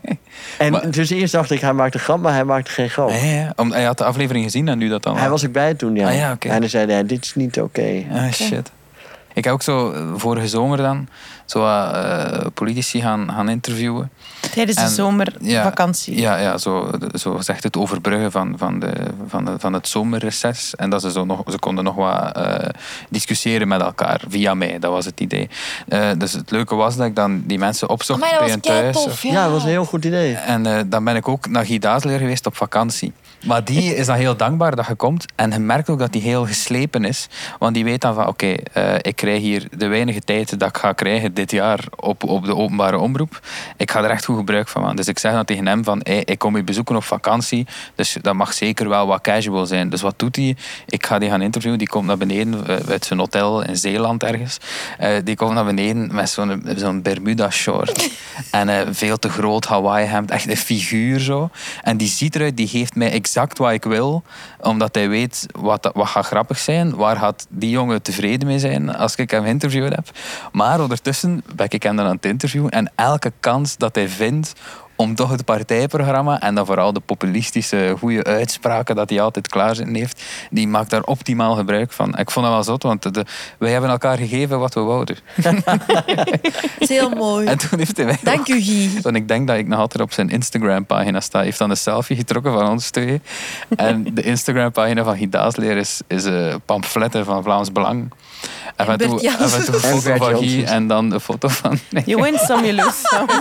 Dus eerst dacht ik, hij maakte een grap... maar hij maakte geen grap. Ja. Hij had de aflevering gezien en nu dat dan... Hij was ook bij toen, ja. Ah, ja, okay. En hij zei, nee, dit is niet oké. Ah, shit. Ik heb ook zo vorige zomer dan zo politici gaan interviewen. Tijdens de zomervakantie. Ja, zo zegt het overbruggen van het zomerreces. En dat ze konden nog wat discussiëren met elkaar via mij. Dat was het idee. Dus het leuke was dat ik dan die mensen opzocht bij hun thuis. Ja, dat was een heel goed idee. En dan ben ik ook naar Guy Daasleer geweest op vakantie. Maar die is dan heel dankbaar dat je komt. En je merkt ook dat die heel geslepen is. Want die weet dan van, oké, ik krijg hier de weinige tijd dat ik ga krijgen dit jaar op de openbare omroep. Ik ga er echt goed gebruik van maken. Dus ik zeg dan tegen hem van, ik kom je bezoeken op vakantie. Dus dat mag zeker wel wat casual zijn. Dus wat doet hij? Ik ga die gaan interviewen. Die komt naar beneden uit zijn hotel in Zeeland ergens. Die komt naar beneden met zo'n Bermuda short. En veel te groot Hawaii hemd. Echt een figuur zo. En die ziet eruit, die geeft mij exact wat ik wil. Omdat hij weet wat gaat grappig zijn. Waar gaat die jongen tevreden mee zijn als ik hem geïnterviewd heb. Maar ondertussen ben ik hem dan aan het interviewen. En elke kans dat hij vindt om toch het partijprogramma en dan vooral de populistische goede uitspraken dat hij altijd klaarzitten heeft, die maakt daar optimaal gebruik van. Ik vond dat wel zot, want wij hebben elkaar gegeven wat we wouden. Dat is heel mooi. En toen heeft hij mij Dank u, Guy. En ik denk dat ik nog altijd op zijn Instagram-pagina sta. Hij heeft dan een selfie getrokken van ons twee. En de Instagram-pagina van Guy Daasleer is pamfletten van Vlaams Belang. Af en toe Bert Jansen. een foto Bert van Guy Jansen. en dan een foto van... Nee. You win some, you lose some.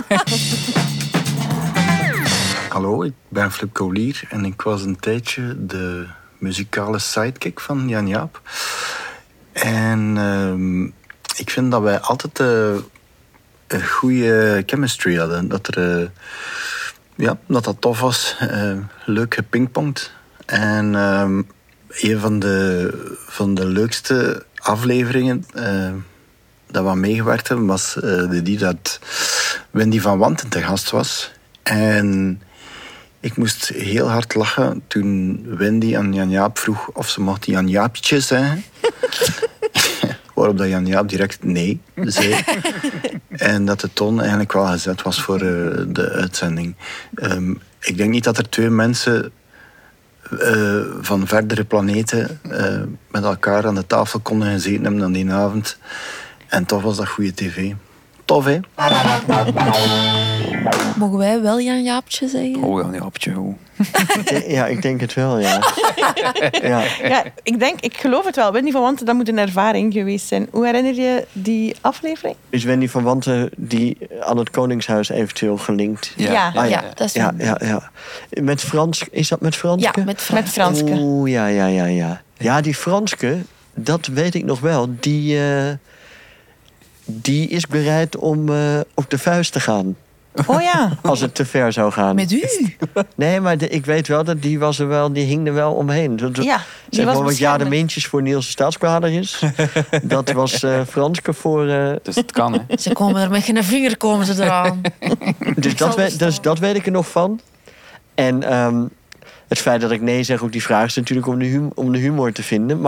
Hallo, ik ben Flip Colier en ik was een tijdje de muzikale sidekick van Jan Jaap. En ik vind dat wij altijd een goede chemistry hadden. Dat tof was. Leuk gepingpongd. En een van de leukste afleveringen dat we aan meegewerkt hebben was die dat Wendy van Wanten te gast was. En ik moest heel hard lachen toen Wendy aan Jan Jaap vroeg of ze mocht Jan Jaapje zeggen. Waarop dat Jan Jaap direct nee zei. En dat de toon eigenlijk wel gezet was voor de uitzending. Ik denk niet dat er twee mensen van verdere planeten met elkaar aan de tafel konden gezeten hebben dan die avond. En toch was dat goede tv. Tof, hè? Mogen wij wel Jan Jaapje zeggen? Oh, Jan Jaapje. Oh. Ja, ik denk het wel, ja. Ja. Ja, ik geloof het wel. Wendy van Wanten, dat moet een ervaring geweest zijn. Hoe herinner je die aflevering? Is Wendy van Wanten die aan het Koningshuis eventueel gelinkt? Ja. Ah, Ja, dat is Ja. Met Frans, is dat met Franske? Ja, met Met Franske. Oeh, ja. Ja, die Franske, dat weet ik nog wel. Die is bereid om op de vuist te gaan. Oh ja. Als het te ver zou gaan. Met u? Nee, maar ik weet wel dat die hing er wel omheen. Ja, die Zeg was maar wat beschermend. Ja de Mintjes voor Niels' staatsberader is. Dat was Franske voor... Dus het kan, hè. Ze komen er met geen vinger komen ze eraan. Dus dat weet ik er nog van. En het feit dat ik nee zeg op die vraag is natuurlijk om de humor te vinden.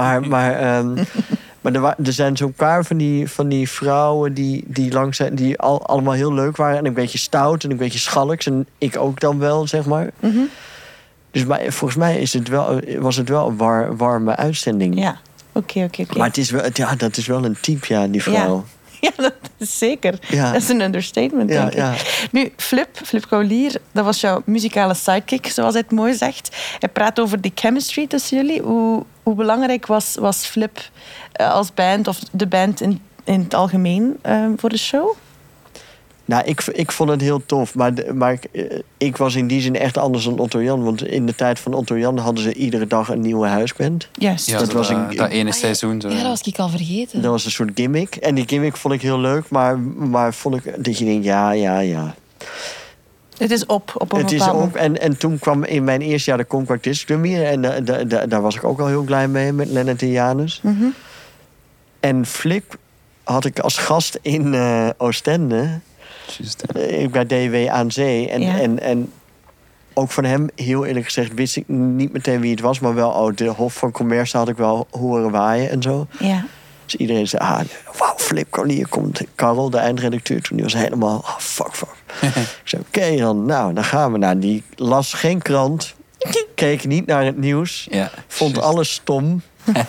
Maar er zijn zo'n paar van die vrouwen die langs zijn, die allemaal heel leuk waren. En een beetje stout en een beetje schalks. En ik ook dan wel, zeg maar. Mhm. Dus volgens mij was het wel een warme uitzending. Ja, oké. Maar het is wel, dat is wel een type, ja, die vrouw. Ja, dat is zeker. Ja. Dat is een understatement, denk ik. Ja. Nu, Flip Colier, dat was jouw muzikale sidekick, zoals hij het mooi zegt. Hij praat over de chemistry tussen jullie. Hoe belangrijk was Flip als band, of de band in het algemeen voor de show? Nou, ik vond het heel tof. Maar ik was in die zin echt anders dan Otto Jan. Want in de tijd van Otto Jan hadden ze iedere dag een nieuwe huisband. Juist. Ja, Dat was dat ene seizoen. Zo. Ja, dat was ik al vergeten. Dat was een soort gimmick. En die gimmick vond ik heel leuk. Maar vond ik dat je denkt, ja. Het is op een Het is bepaald op. En toen kwam in mijn eerste jaar de Conquest Disc Dummy. En daar was ik ook al heel blij mee met Lennart en Janus. Mhm. En Flip had ik als gast in Oostende. Juist, hè. Ik bij DW aan Zee. Ja. En ook van hem, heel eerlijk gezegd, wist ik niet meteen wie het was. Maar wel, de Hof van Commerce had ik wel horen waaien en zo. Ja. Dus iedereen zei, wauw, Flip Colier komt. Karel, de eindredacteur, toen die was helemaal, fuck. Ik zei, oké, dan gaan we. Nou, die las geen krant. Keek niet naar het nieuws. Ja, Vond juist. alles stom.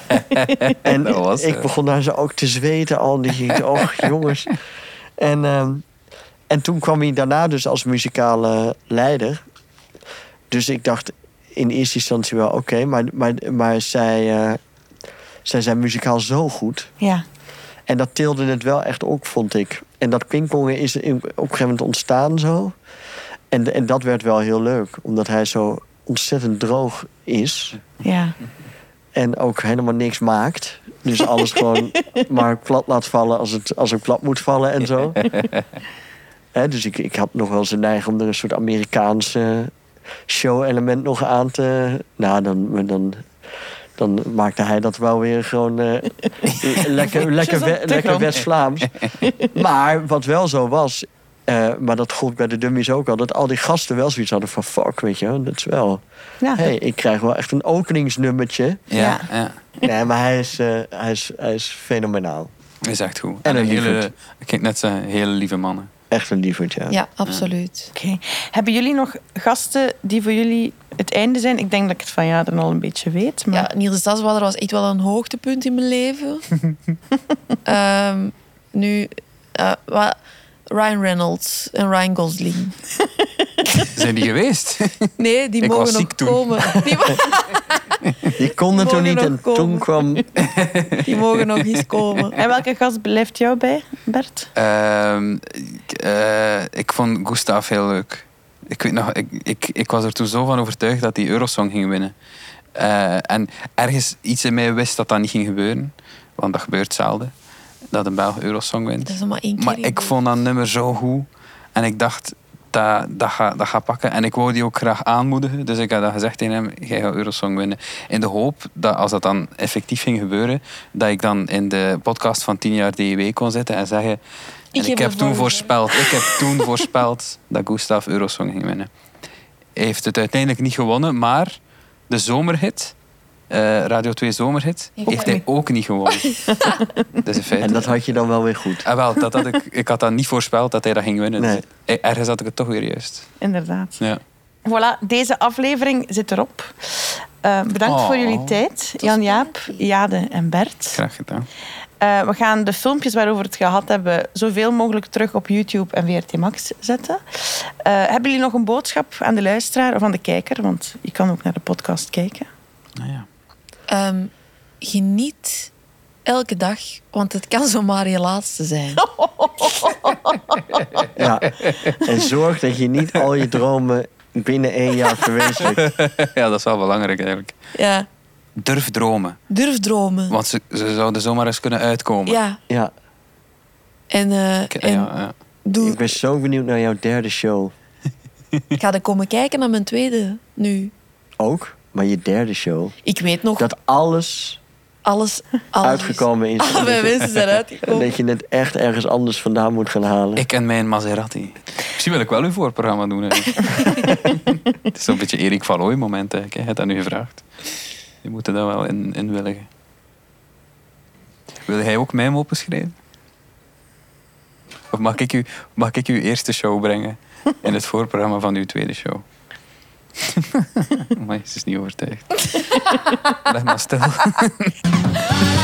En Dat was, ik begon daar zo ook te zweten al. Die ging, och, jongens. En toen kwam hij daarna dus als muzikale leider. Dus ik dacht in eerste instantie wel oké, maar zij zijn muzikaal zo goed. Ja. En dat tilde het wel echt op, vond ik. En dat pingpongen is op een gegeven moment ontstaan zo. En dat werd wel heel leuk, omdat hij zo ontzettend droog is. Ja. En ook helemaal niks maakt. Dus alles gewoon maar plat laat vallen als het plat moet vallen en zo. Dus ik had nog wel zijn neiging om er een soort Amerikaanse show-element nog aan te... Nou, dan maakte hij dat wel weer gewoon lekker West-Vlaams. Maar wat wel zo was... maar dat gold bij de dummies ook al... dat al die gasten wel zoiets hadden van... fuck, weet je, dat is wel... Ja. Hey, ik krijg wel echt een openingsnummertje. Ja. Nee, maar hij is fenomenaal. Dat is echt goed. En een hele, lieverd. ik kan net zeggen, hele lieve mannen. Echt een lieverd, ja. Ja, absoluut. Oké. Hebben jullie nog gasten die voor jullie het einde zijn? Ik denk dat ik het van dan al een beetje weet. Maar... Ja, Niels Daswader was echt wel een hoogtepunt in mijn leven. Ryan Reynolds en Ryan Gosling. Zijn die geweest? Nee, die Ik mogen was nog ziek toen. komen. Die konden toen niet en toen kwam... Die mogen nog eens komen. En welke gast blijft jou bij, Bert? Ik vond Gustav heel leuk. Ik weet nog, ik was er toen zo van overtuigd dat hij Eurosong ging winnen. En ergens iets in mij wist dat dat niet ging gebeuren. Want dat gebeurt zelden. Dat een Belg Eurosong wint. Dat is maar één keer. Maar ik vond dat nummer zo goed. En ik dacht, dat gaat pakken. En ik wou die ook graag aanmoedigen. Dus ik had dat gezegd tegen hem, jij gaat Eurosong winnen. In de hoop dat als dat dan effectief ging gebeuren, dat ik dan in de podcast van 10 jaar DEW kon zitten en zeggen... Ik heb toen voorspeld dat Gustav Eurosong ging winnen. Hij heeft het uiteindelijk niet gewonnen, maar de zomerhit, Radio 2 zomerhit, heeft hij ook niet gewonnen. Dat is een feit. En dat had je dan wel weer goed. Wel, ik had dat niet voorspeld dat hij dat ging winnen. Nee. Dus ergens had ik het toch weer juist. Inderdaad. Ja. Voilà, deze aflevering zit erop. Bedankt voor jullie tijd. Jan-Jaap, Jade en Bert. Graag gedaan. We gaan de filmpjes waarover we het gehad hebben zoveel mogelijk terug op YouTube en VRT Max zetten. Hebben jullie nog een boodschap aan de luisteraar of aan de kijker? Want je kan ook naar de podcast kijken. Nou ja. Geniet elke dag, want het kan zomaar je laatste zijn. Ja. En zorg dat je niet al je dromen binnen 1 jaar verwezenlijkt. Ja, dat is wel belangrijk eigenlijk. Ja. Durf dromen. Durf dromen. Want ze zouden zomaar eens kunnen uitkomen. Ja. Ja. En doe... Ik ben zo benieuwd naar jouw 3e show. Ik ga er komen kijken naar mijn 2e nu. Ook? Maar je 3e show. Ik weet nog... Dat alles uitgekomen is. Alle mensen zijn En uitgekomen. dat je het echt ergens anders vandaan moet gaan halen. Ik en mijn Maserati. Misschien wil ik wel uw voorprogramma doen. Het is zo'n beetje Erik van Looy moment. Ik heb dat nu gevraagd. Je moet er dan wel in willigen. Wil jij ook mij opgeschreven? Of mag ik uw eerste show brengen in het voorprogramma van uw 2e show? Maar ze is niet overtuigd. Blijf maar stil.